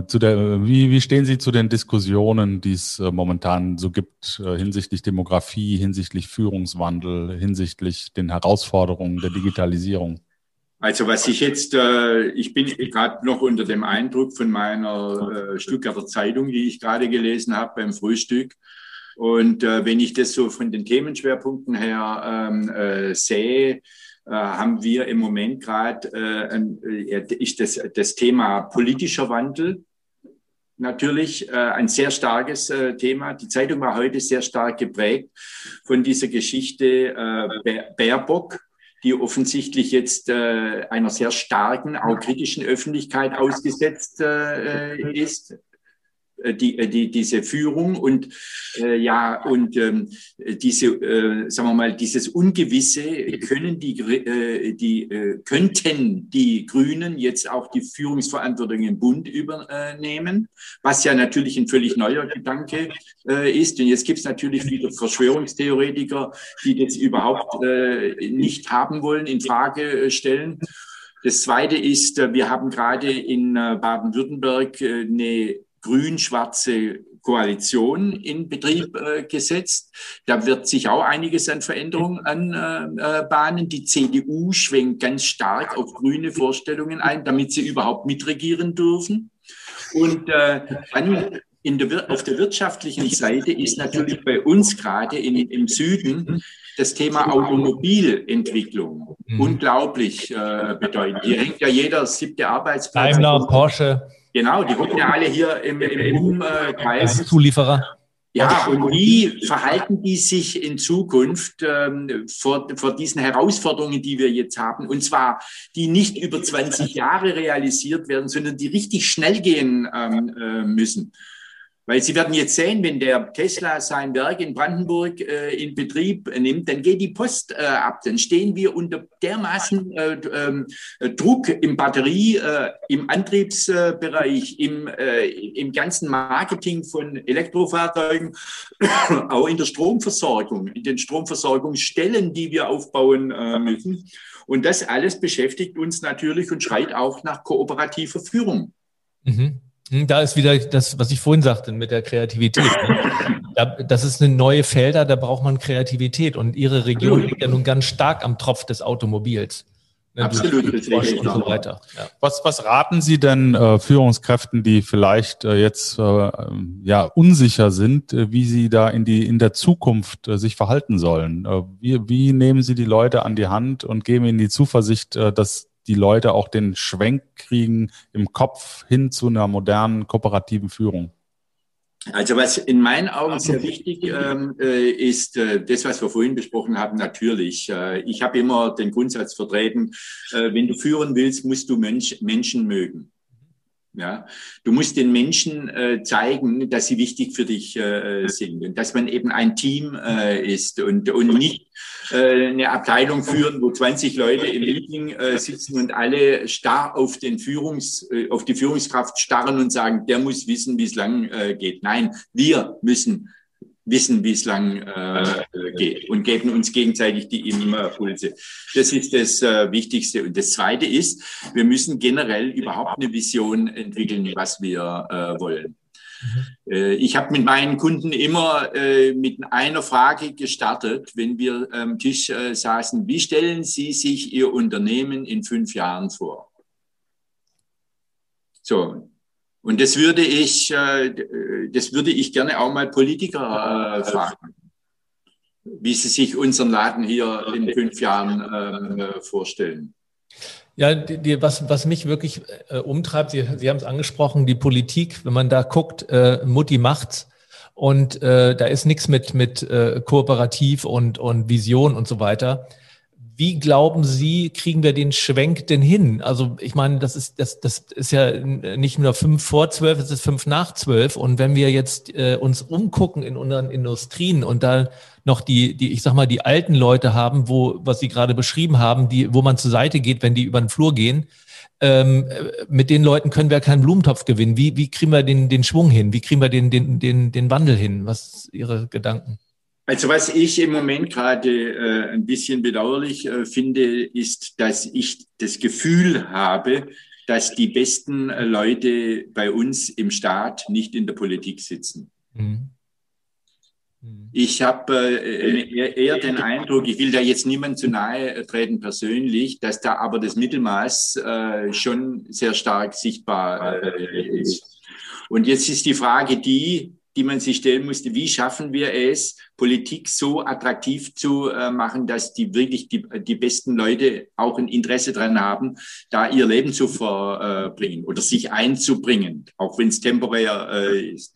Wie stehen Sie zu den Diskussionen, die es momentan so gibt hinsichtlich Demografie, hinsichtlich Führungswandel, hinsichtlich den Herausforderungen der Digitalisierung?
Also was ich jetzt, ich bin gerade noch unter dem Eindruck von meiner Stuttgarter Zeitung, die ich gerade gelesen habe beim Frühstück. Und wenn ich das so von den Themenschwerpunkten her sehe, haben wir im Moment gerade, ist das Thema politischer Wandel natürlich ein sehr starkes Thema. Die Zeitung war heute sehr stark geprägt von dieser Geschichte Baerbock, die offensichtlich jetzt einer sehr starken, auch kritischen Öffentlichkeit ausgesetzt ist. Diese Führung und diese, sagen wir mal, dieses Ungewisse könnten die Grünen jetzt auch die Führungsverantwortung im Bund übernehmen, was ja natürlich ein völlig neuer Gedanke ist. Und jetzt gibt es natürlich wieder Verschwörungstheoretiker, die das überhaupt nicht haben wollen, in Frage stellen. Das Zweite ist, wir haben gerade in Baden-Württemberg eine grün-schwarze Koalition in Betrieb gesetzt. Da wird sich auch einiges an Veränderungen anbahnen. Die CDU schwenkt ganz stark auf grüne Vorstellungen ein, damit sie überhaupt mitregieren dürfen. Und dann auf der wirtschaftlichen Seite ist natürlich bei uns gerade im Süden das Thema Automobilentwicklung unglaublich bedeutend. Hier hängt ja jeder 7. Arbeitsplatz.
Daimler, Porsche.
Genau, die hocken ja alle hier im Umkreis.
Zulieferer.
Ja, und wie verhalten die sich in Zukunft vor diesen Herausforderungen, die wir jetzt haben? Und zwar, die nicht über 20 Jahre realisiert werden, sondern die richtig schnell gehen müssen. Weil Sie werden jetzt sehen, wenn der Tesla sein Werk in Brandenburg in Betrieb nimmt, dann geht die Post ab. Dann stehen wir unter dermaßen Druck im Batterie, im Antriebsbereich, im ganzen Marketing von Elektrofahrzeugen, auch in der Stromversorgung, in den Stromversorgungsstellen, die wir aufbauen müssen. Und das alles beschäftigt uns natürlich und schreit auch nach kooperativer Führung.
Mhm. Da ist wieder das, was ich vorhin sagte mit der Kreativität. Das ist eine neue Felder, da braucht man Kreativität. Und Ihre Region liegt ja nun ganz stark am Tropf des Automobils.
Absolut.
Und so weiter. Ja.
Was raten Sie denn Führungskräften, die vielleicht jetzt unsicher sind, wie sie da in der Zukunft sich verhalten sollen? Wie nehmen Sie die Leute an die Hand und geben ihnen die Zuversicht, dass die Leute auch den Schwenk kriegen im Kopf hin zu einer modernen kooperativen Führung?
Also was in meinen Augen sehr wichtig ist, das, was wir vorhin besprochen haben, natürlich. Ich habe immer den Grundsatz vertreten, wenn du führen willst, musst du Menschen mögen. Ja, du musst den Menschen zeigen, dass sie wichtig für dich sind und dass man eben ein Team ist und nicht eine Abteilung führen, wo 20 Leute im Meeting sitzen und alle starr auf die Führungskraft starren und sagen, der muss wissen, wie es lang geht. Nein, wir müssen wissen, wie es lang geht und geben uns gegenseitig die Impulse. Das ist das Wichtigste. Und das Zweite ist, wir müssen generell überhaupt eine Vision entwickeln, was wir wollen. Ich habe mit meinen Kunden immer mit einer Frage gestartet, wenn wir am Tisch saßen: Wie stellen Sie sich Ihr Unternehmen in 5 Jahren vor? So. Und das würde ich gerne auch mal Politiker fragen, wie sie sich unseren Laden hier in 5 Jahren vorstellen.
Ja, was mich wirklich umtreibt, Sie haben es angesprochen, die Politik, wenn man da guckt, Mutti macht's. Und da ist nichts mit Kooperativ und Vision und so weiter. Wie glauben Sie, kriegen wir den Schwenk denn hin? Also ich meine, das ist ja nicht nur 5 vor 12, es ist 5 nach 12. Und wenn wir jetzt uns umgucken in unseren Industrien und da noch ich sag mal, die alten Leute haben, was Sie gerade beschrieben haben, wo man zur Seite geht, wenn die über den Flur gehen, mit den Leuten können wir keinen Blumentopf gewinnen. Wie kriegen wir den Schwung hin? Wie kriegen wir den Wandel hin? Was sind Ihre Gedanken?
Also was ich im Moment gerade ein bisschen bedauerlich finde, ist, dass ich das Gefühl habe, dass die besten Leute bei uns im Staat nicht in der Politik sitzen. Mhm. Ich habe eher den Eindruck, ich will da jetzt niemand zu nahe treten persönlich, dass da aber das Mittelmaß schon sehr stark sichtbar ist. Und jetzt ist die Frage die man sich stellen musste: Wie schaffen wir es, Politik so attraktiv zu machen, dass die wirklich die besten Leute auch ein Interesse daran haben, da ihr Leben zu verbringen oder sich einzubringen, auch wenn es temporär ist.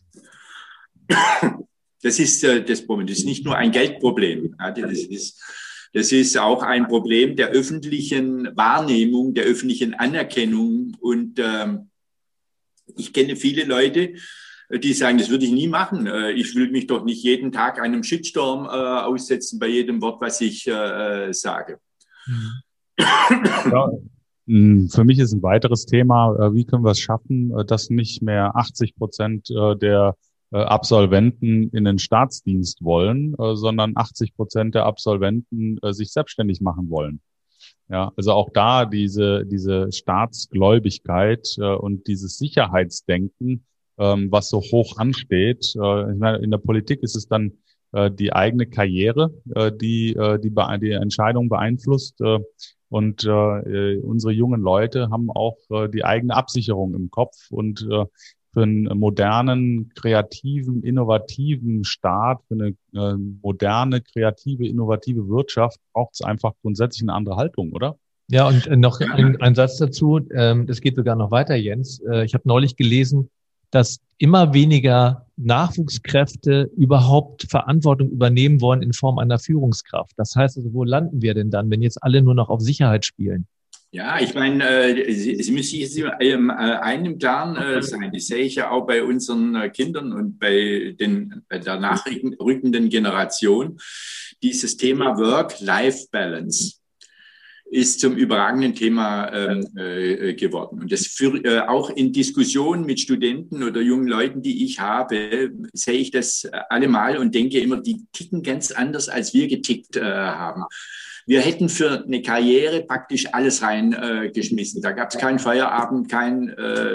Das ist das Problem. Das ist nicht nur ein Geldproblem. Das ist auch ein Problem der öffentlichen Wahrnehmung, der öffentlichen Anerkennung. Und ich kenne viele Leute, die sagen, das würde ich nie machen. Ich will mich doch nicht jeden Tag einem Shitstorm aussetzen bei jedem Wort, was ich sage.
Ja. Für mich ist ein weiteres Thema, wie können wir es schaffen, dass nicht mehr 80% der Absolventen in den Staatsdienst wollen, sondern 80% der Absolventen sich selbstständig machen wollen. Ja, also auch da diese Staatsgläubigkeit und dieses Sicherheitsdenken, was so hoch ansteht. Ich meine, in der Politik ist es dann die eigene Karriere, die Entscheidung beeinflusst. Und unsere jungen Leute haben auch die eigene Absicherung im Kopf. Und für einen modernen, kreativen, innovativen Staat, für eine moderne, kreative, innovative Wirtschaft braucht es einfach grundsätzlich eine andere Haltung, oder?
Ja, und noch ein Satz dazu. Das geht sogar noch weiter, Jens. Ich habe neulich gelesen, dass immer weniger Nachwuchskräfte überhaupt Verantwortung übernehmen wollen in Form einer Führungskraft. Das heißt also, wo landen wir denn dann, wenn jetzt alle nur noch auf Sicherheit spielen?
Ja, ich meine, Sie müssen sich jetzt einem Klaren sein. Das sehe ich ja auch bei unseren Kindern und bei der nachrückenden Generation. Dieses Thema Work-Life-Balance ist zum überragenden Thema geworden. Und das auch in Diskussionen mit Studenten oder jungen Leuten, die ich habe, sehe ich das allemal und denke immer, die ticken ganz anders, als wir getickt haben. Wir hätten für eine Karriere praktisch alles reingeschmissen. Da gab es keinen Feierabend, kein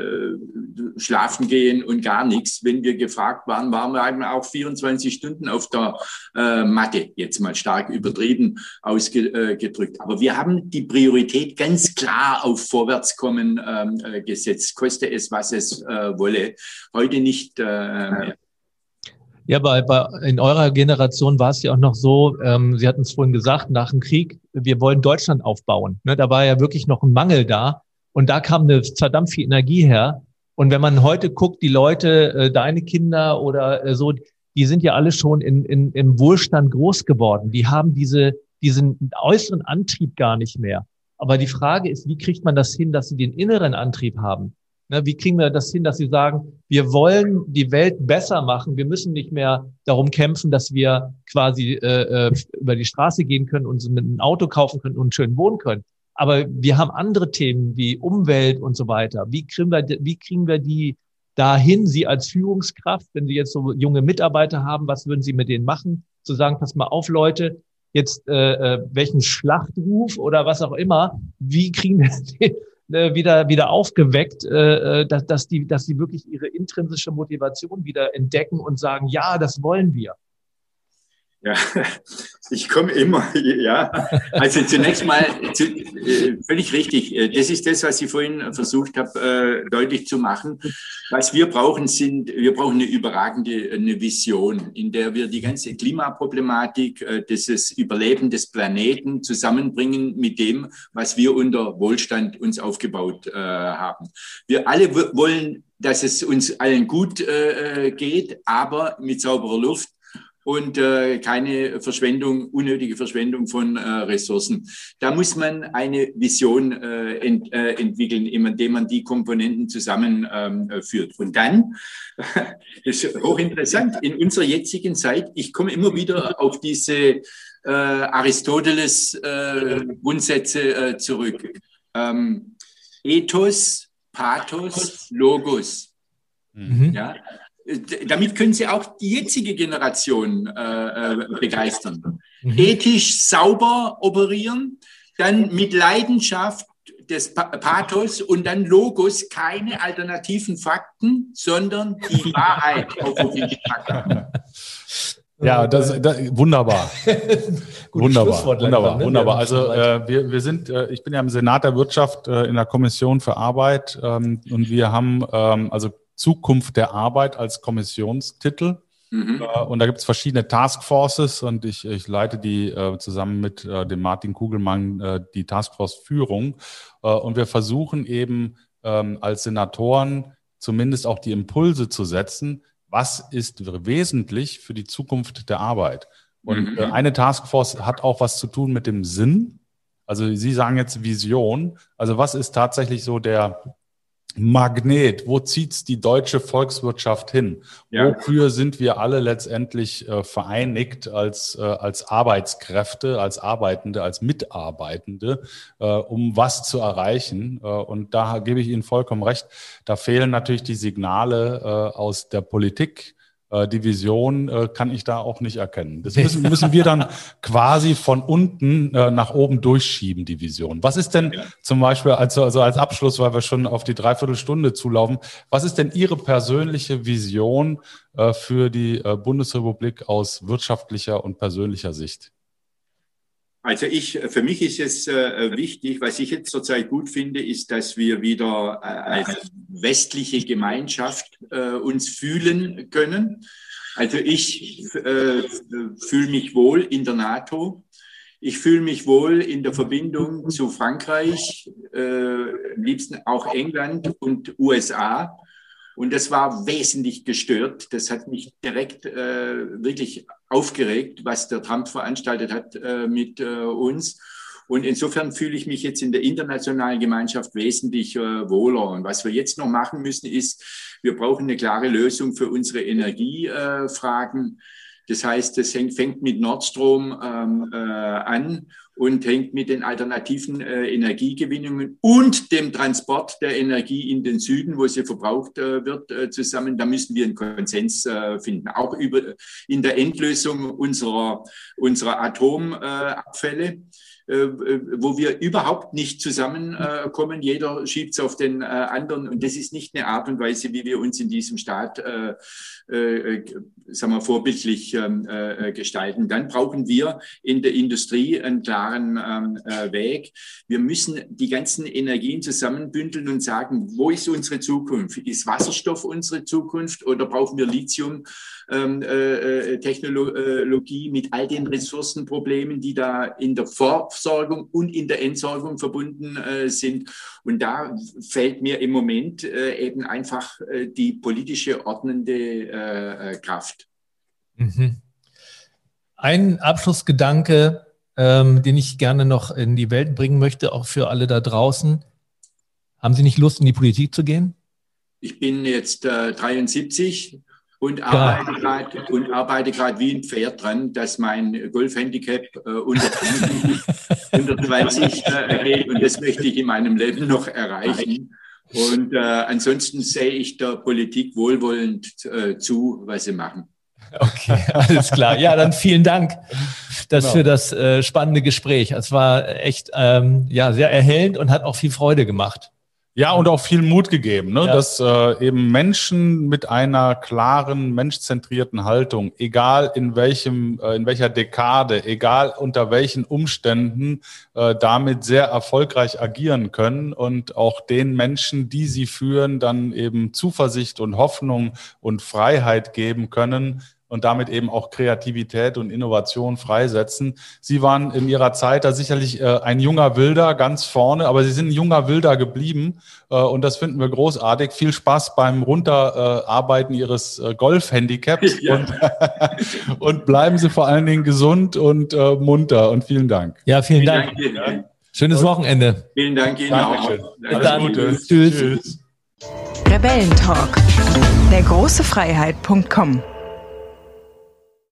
Schlafen gehen und gar nichts. Wenn wir gefragt waren, waren wir eben auch 24 Stunden auf der Matte, jetzt mal stark übertrieben ausgedrückt. Aber wir haben die Priorität ganz klar auf Vorwärtskommen gesetzt, koste es, was es wolle. Heute nicht mehr.
Ja, in eurer Generation war es ja auch noch so, Sie hatten es vorhin gesagt, nach dem Krieg, wir wollen Deutschland aufbauen. Ne, da war ja wirklich noch ein Mangel da und da kam eine verdammt viel Energie her. Und wenn man heute guckt, die Leute, deine Kinder oder so, die sind ja alle schon im Wohlstand groß geworden. Die haben diesen äußeren Antrieb gar nicht mehr. Aber die Frage ist, wie kriegt man das hin, dass sie den inneren Antrieb haben? Wie kriegen wir das hin, dass sie sagen, wir wollen die Welt besser machen. Wir müssen nicht mehr darum kämpfen, dass wir quasi über die Straße gehen können und ein Auto kaufen können und schön wohnen können. Aber wir haben andere Themen wie Umwelt und so weiter. Wie kriegen wir die dahin, Sie als Führungskraft, wenn Sie jetzt so junge Mitarbeiter haben, was würden Sie mit denen machen? Zu sagen, pass mal auf, Leute, jetzt welchen Schlachtruf oder was auch immer, wie kriegen wir den wieder aufgeweckt, dass die wirklich ihre intrinsische Motivation wieder entdecken und sagen, ja, das wollen wir.
Ja, ich komme immer, ja. Also zunächst mal, völlig richtig. Das ist das, was ich vorhin versucht habe, deutlich zu machen. Was wir brauchen, wir brauchen eine Vision, in der wir die ganze Klimaproblematik, das Überleben des Planeten zusammenbringen mit dem, was wir unter Wohlstand uns aufgebaut haben. Wir alle wollen, dass es uns allen gut geht, aber mit sauberer Luft und keine unnötige Verschwendung von Ressourcen. Da muss man eine Vision entwickeln, indem man die Komponenten zusammenführt. Und dann, das ist hochinteressant, in unserer jetzigen Zeit, ich komme immer wieder auf diese Aristoteles Grundsätze zurück. Ethos, Pathos, Logos.
Mhm.
Ja? Damit können Sie auch die jetzige Generation begeistern.
Mhm.
Ethisch sauber operieren, dann mit Leidenschaft des Pathos und dann Logos, keine alternativen Fakten, sondern die Wahrheit auf den Tisch packen.
Ja, wunderbar. Wunderbar. Also wir sind, ich bin ja im Senat der Wirtschaft in der Kommission für Arbeit und wir haben also Zukunft der Arbeit als Kommissionstitel. Mhm. Und da gibt es verschiedene Taskforces und ich leite die zusammen mit dem Martin Kugelmann die Taskforce-Führung. Und wir versuchen eben als Senatoren zumindest auch die Impulse zu setzen, was ist wesentlich für die Zukunft der Arbeit. Und eine Taskforce hat auch was zu tun mit dem Sinn. Also Sie sagen jetzt Vision. Also was ist tatsächlich so der Magnet, wo zieht's die deutsche Volkswirtschaft hin? Ja. Wofür sind wir alle letztendlich vereinigt als Arbeitskräfte, als Arbeitende, als Mitarbeitende, um was zu erreichen? Und da gebe ich Ihnen vollkommen recht, da fehlen natürlich die Signale aus der Politik. Die Vision kann ich da auch nicht erkennen. Das müssen wir dann quasi von unten nach oben durchschieben, die Vision. Was ist denn zum Beispiel, also als Abschluss, weil wir schon auf die Dreiviertelstunde zulaufen, was ist denn Ihre persönliche Vision für die Bundesrepublik aus wirtschaftlicher und persönlicher Sicht?
Also für mich ist es wichtig, was ich jetzt zurzeit gut finde, ist, dass wir wieder als westliche Gemeinschaft uns fühlen können. Also ich fühle mich wohl in der NATO. Ich fühle mich wohl in der Verbindung zu Frankreich, am liebsten auch England und USA. Und das war wesentlich gestört. Das hat mich direkt wirklich aufgeregt, was der Trump veranstaltet hat mit uns. Und insofern fühle ich mich jetzt in der internationalen Gemeinschaft wesentlich wohler. Und was wir jetzt noch machen müssen, ist, wir brauchen eine klare Lösung für unsere Energiefragen. Das heißt, das fängt mit Nord Stream an und hängt mit den alternativen Energiegewinnungen und dem Transport der Energie in den Süden, wo sie verbraucht wird, zusammen. Da müssen wir einen Konsens finden, auch in der Endlösung unserer Atomabfälle, wo wir überhaupt nicht zusammenkommen. Jeder schiebt es auf den anderen. Und das ist nicht eine Art und Weise, wie wir uns in diesem Staat sagen wir, vorbildlich gestalten. Dann brauchen wir in der Industrie einen klaren Weg. Wir müssen die ganzen Energien zusammenbündeln und sagen, wo ist unsere Zukunft? Ist Wasserstoff unsere Zukunft oder brauchen wir Lithium-Technologie mit all den Ressourcenproblemen, die da in der Vorversorgung und in der Entsorgung verbunden sind? Und da fehlt mir im Moment eben einfach die politische ordnende Kraft.
Mhm. Ein Abschlussgedanke, den ich gerne noch in die Welt bringen möchte, auch für alle da draußen. Haben Sie nicht Lust, in die Politik zu gehen? Ich bin jetzt 73 und arbeite gerade wie ein Pferd dran, dass mein Golfhandicap unter 120 erhält. Und das möchte ich in meinem Leben noch erreichen. Und ansonsten sehe ich der Politik wohlwollend zu, was sie machen. Okay, alles klar. Ja, dann vielen Dank für das spannende Gespräch. Es war echt sehr erhellend und hat auch viel Freude gemacht.
Ja, und auch viel Mut gegeben, ne? Ja. Dass eben Menschen mit einer klaren, menschzentrierten Haltung, egal in welcher Dekade, egal unter welchen Umständen, damit sehr erfolgreich agieren können und auch den Menschen, die sie führen, dann eben Zuversicht und Hoffnung und Freiheit geben können und damit eben auch Kreativität und Innovation freisetzen. Sie waren in Ihrer Zeit da sicherlich ein junger Wilder ganz vorne, aber Sie sind ein junger Wilder geblieben und das finden wir großartig. Viel Spaß beim Runterarbeiten Ihres Golf-Handicaps und bleiben Sie vor allen Dingen gesund und munter und vielen Dank.
Ja, vielen Dank. Schönes Wochenende.
Vielen Dank Ihnen auch.
Alles Gute. Tschüss.
Rebellentalk. Der große Freiheit.com